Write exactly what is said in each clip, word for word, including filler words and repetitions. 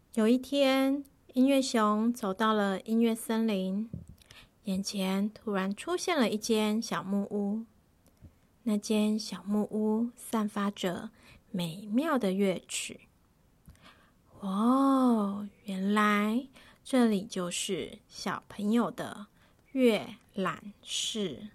有一天，音乐熊走到了音乐森林，眼前突然出现了一间小木屋。那间小木屋散发着美妙的乐曲。哦，原来这里就是小朋友的阅览室。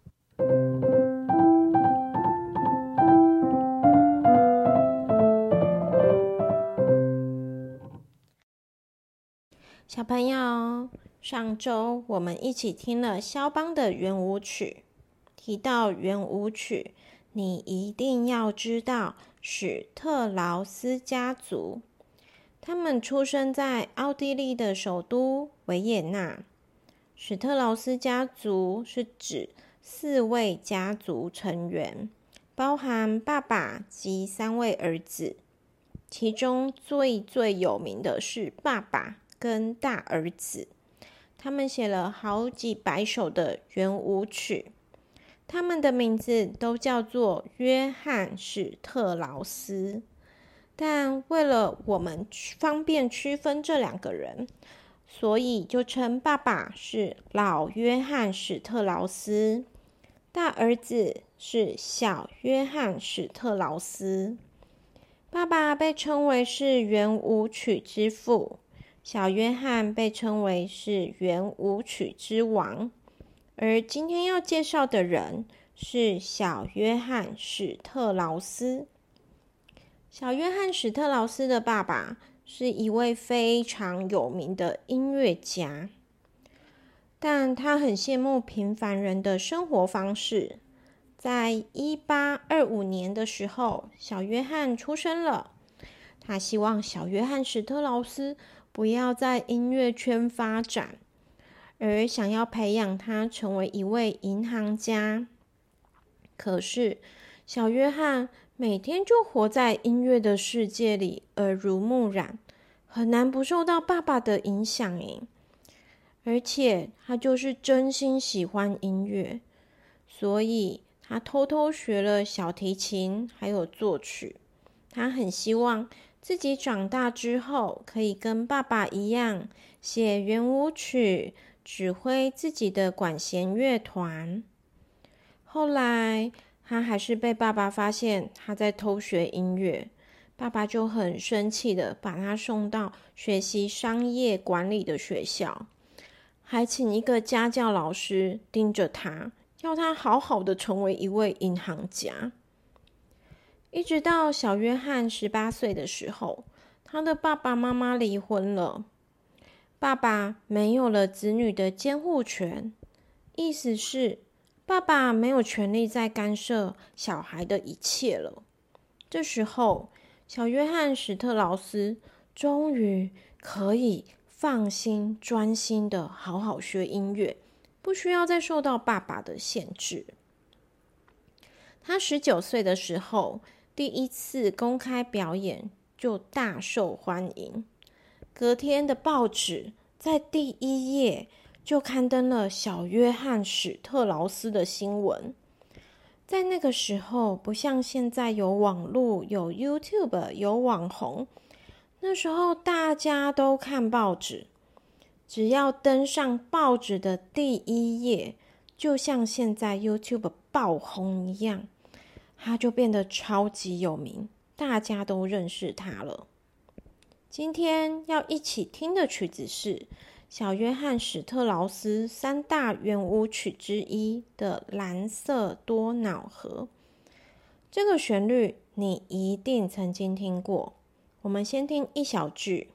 小朋友，上周我们一起听了肖邦的圆舞曲。提到圆舞曲，你一定要知道史特劳斯家族。他们出生在奥地利的首都维也纳。史特劳斯家族是指四位家族成员，包含爸爸及三位儿子。其中最最有名的是爸爸跟大儿子，他们写了好几百首的圆舞曲。他们的名字都叫做约翰·史特劳斯，但为了我们方便区分这两个人，所以就称爸爸是老约翰·史特劳斯，大儿子是小约翰·史特劳斯。爸爸被称为是圆舞曲之父，小约翰被称为是圆舞曲之王。而今天要介绍的人是小约翰·史特劳斯。小约翰·史特劳斯的爸爸是一位非常有名的音乐家，但他很羡慕平凡人的生活方式。在一八二五年的时候，小约翰出生了。他希望小约翰·史特劳斯不要在音乐圈发展，而想要培养他成为一位银行家。可是小约翰每天就活在音乐的世界里，耳濡目染，很难不受到爸爸的影响耶。而且他就是真心喜欢音乐，所以他偷偷学了小提琴还有作曲。他很希望自己长大之后可以跟爸爸一样写圆舞曲，指挥自己的管弦乐团。后来他还是被爸爸发现他在偷学音乐，爸爸就很生气的把他送到学习商业管理的学校，还请一个家教老师盯着他，要他好好的成为一位银行家。一直到小约翰十八岁的时候，他的爸爸妈妈离婚了。爸爸没有了子女的监护权，意思是爸爸没有权利再干涉小孩的一切了。这时候，小约翰·史特劳斯终于可以放心专心的好好学音乐，不需要再受到爸爸的限制。他十九岁的时候，第一次公开表演就大受欢迎。隔天的报纸在第一页就刊登了小约翰·史特劳斯的新闻。在那个时候，不像现在有网络、有 YouTube、有网红，那时候大家都看报纸，只要登上报纸的第一页，就像现在 YouTube 爆红一样，他就变得超级有名，大家都认识他了。今天要一起听的曲子是小约翰·史特劳斯三大圆舞曲之一的《蓝色多瑙河》。这个旋律你一定曾经听过，我们先听一小句。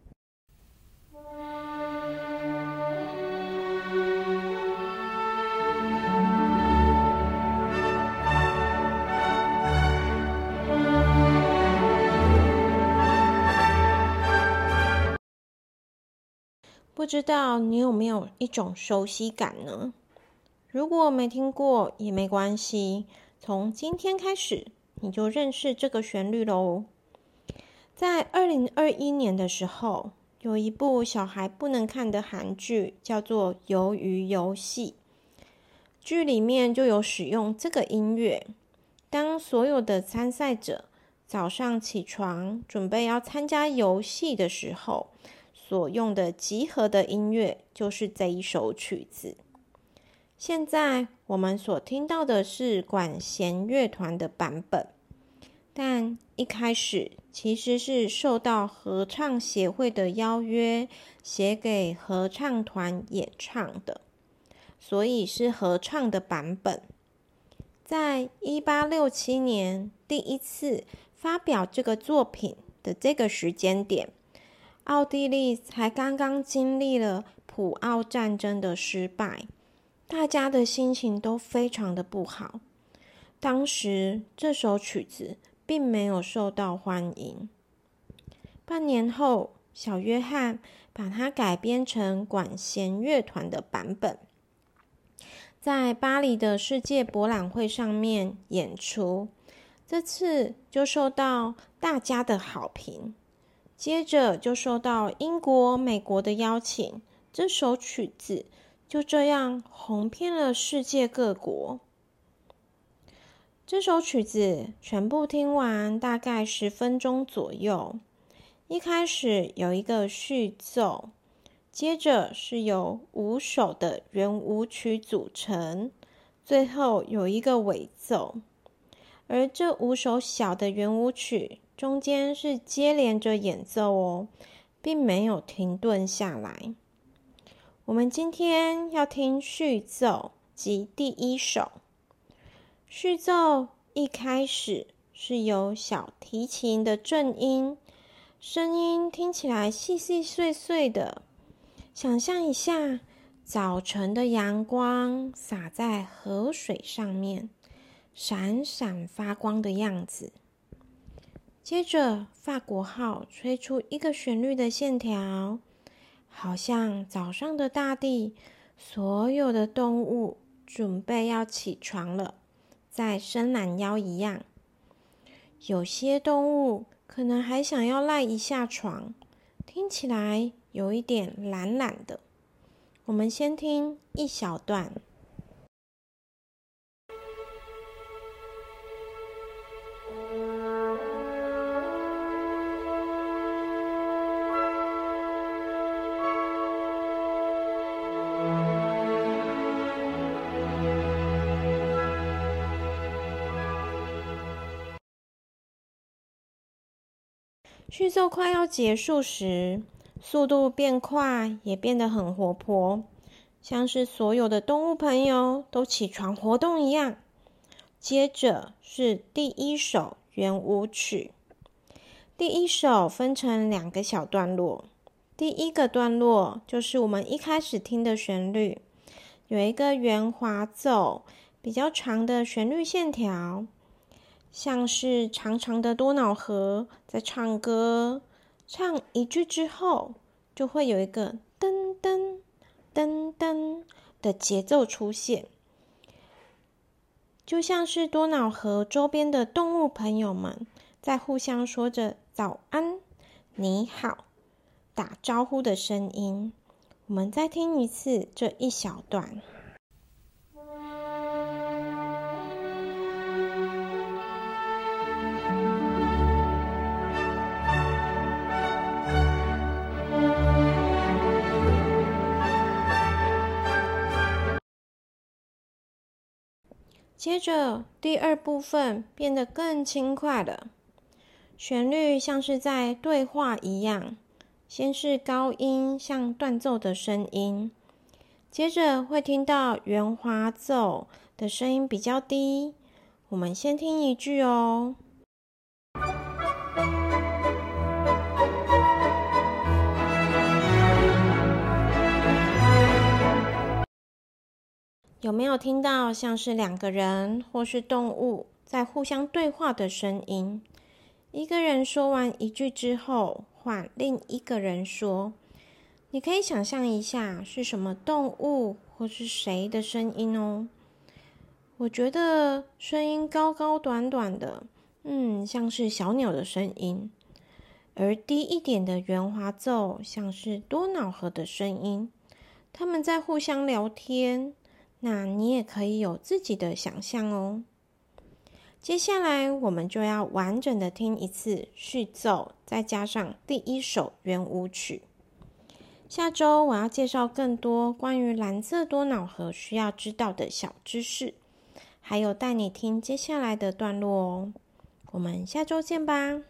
不知道你有没有一种熟悉感呢？如果没听过也没关系，从今天开始你就认识这个旋律咯。在二零二一年的时候，有一部小孩不能看的韩剧叫做《鱿鱼游戏》，剧里面就有使用这个音乐。当所有的参赛者早上起床准备要参加游戏的时候所用的集合的音乐就是这一首曲子。现在我们所听到的是管弦乐团的版本，但一开始其实是受到合唱协会的邀约，写给合唱团演唱的，所以是合唱的版本。在一八六七年第一次发表这个作品的这个时间点，奥地利才刚刚经历了普奥战争的失败，大家的心情都非常的不好。当时这首曲子并没有受到欢迎。半年后，小约翰把它改编成管弦乐团的版本，在巴黎的世界博览会上面演出，这次就受到大家的好评。接着就受到英国、美国的邀请，这首曲子就这样红遍了世界各国。这首曲子全部听完大概十分钟左右，一开始有一个序奏，接着是由五首的圆舞曲组成，最后有一个尾奏。而这五首小的圆舞曲中间是接连着演奏哦，并没有停顿下来。我们今天要听序奏及第一首。序奏一开始是由小提琴的正音，声音听起来细细碎碎的，想象一下早晨的阳光洒在河水上面，闪闪发光的样子。接着法国号吹出一个旋律的线条，好像早上的大地，所有的动物准备要起床了，在伸懒腰一样。有些动物可能还想要赖一下床，听起来有一点懒懒的。我们先听一小段。序奏快要结束时，速度变快，也变得很活泼，像是所有的动物朋友都起床活动一样。接着是第一首圆舞曲。第一首分成两个小段落，第一个段落就是我们一开始听的旋律，有一个圆滑奏，比较长的旋律线条，像是长长的多瑙河在唱歌，唱一句之后就会有一个噔噔噔噔的节奏出现，就像是多瑙河周边的动物朋友们在互相说着早安、你好、打招呼的声音。我们再听一次这一小段。接着第二部分变得更轻快了，旋律像是在对话一样，先是高音像断奏的声音，接着会听到圆滑奏的声音比较低。我们先听一句哦。有没有听到像是两个人或是动物在互相对话的声音？一个人说完一句之后，换另一个人说。你可以想象一下是什么动物或是谁的声音哦。我觉得声音高高短短的，嗯，像是小鸟的声音。而低一点的圆滑奏，像是多瑙河的声音。他们在互相聊天。那你也可以有自己的想象哦。 接下来我们就要完整的听一次序奏，再加上第一首圆舞曲。下周我要介绍更多关于蓝色多瑙河需要知道的小知识，还有带你听接下来的段落哦。我们下周见吧。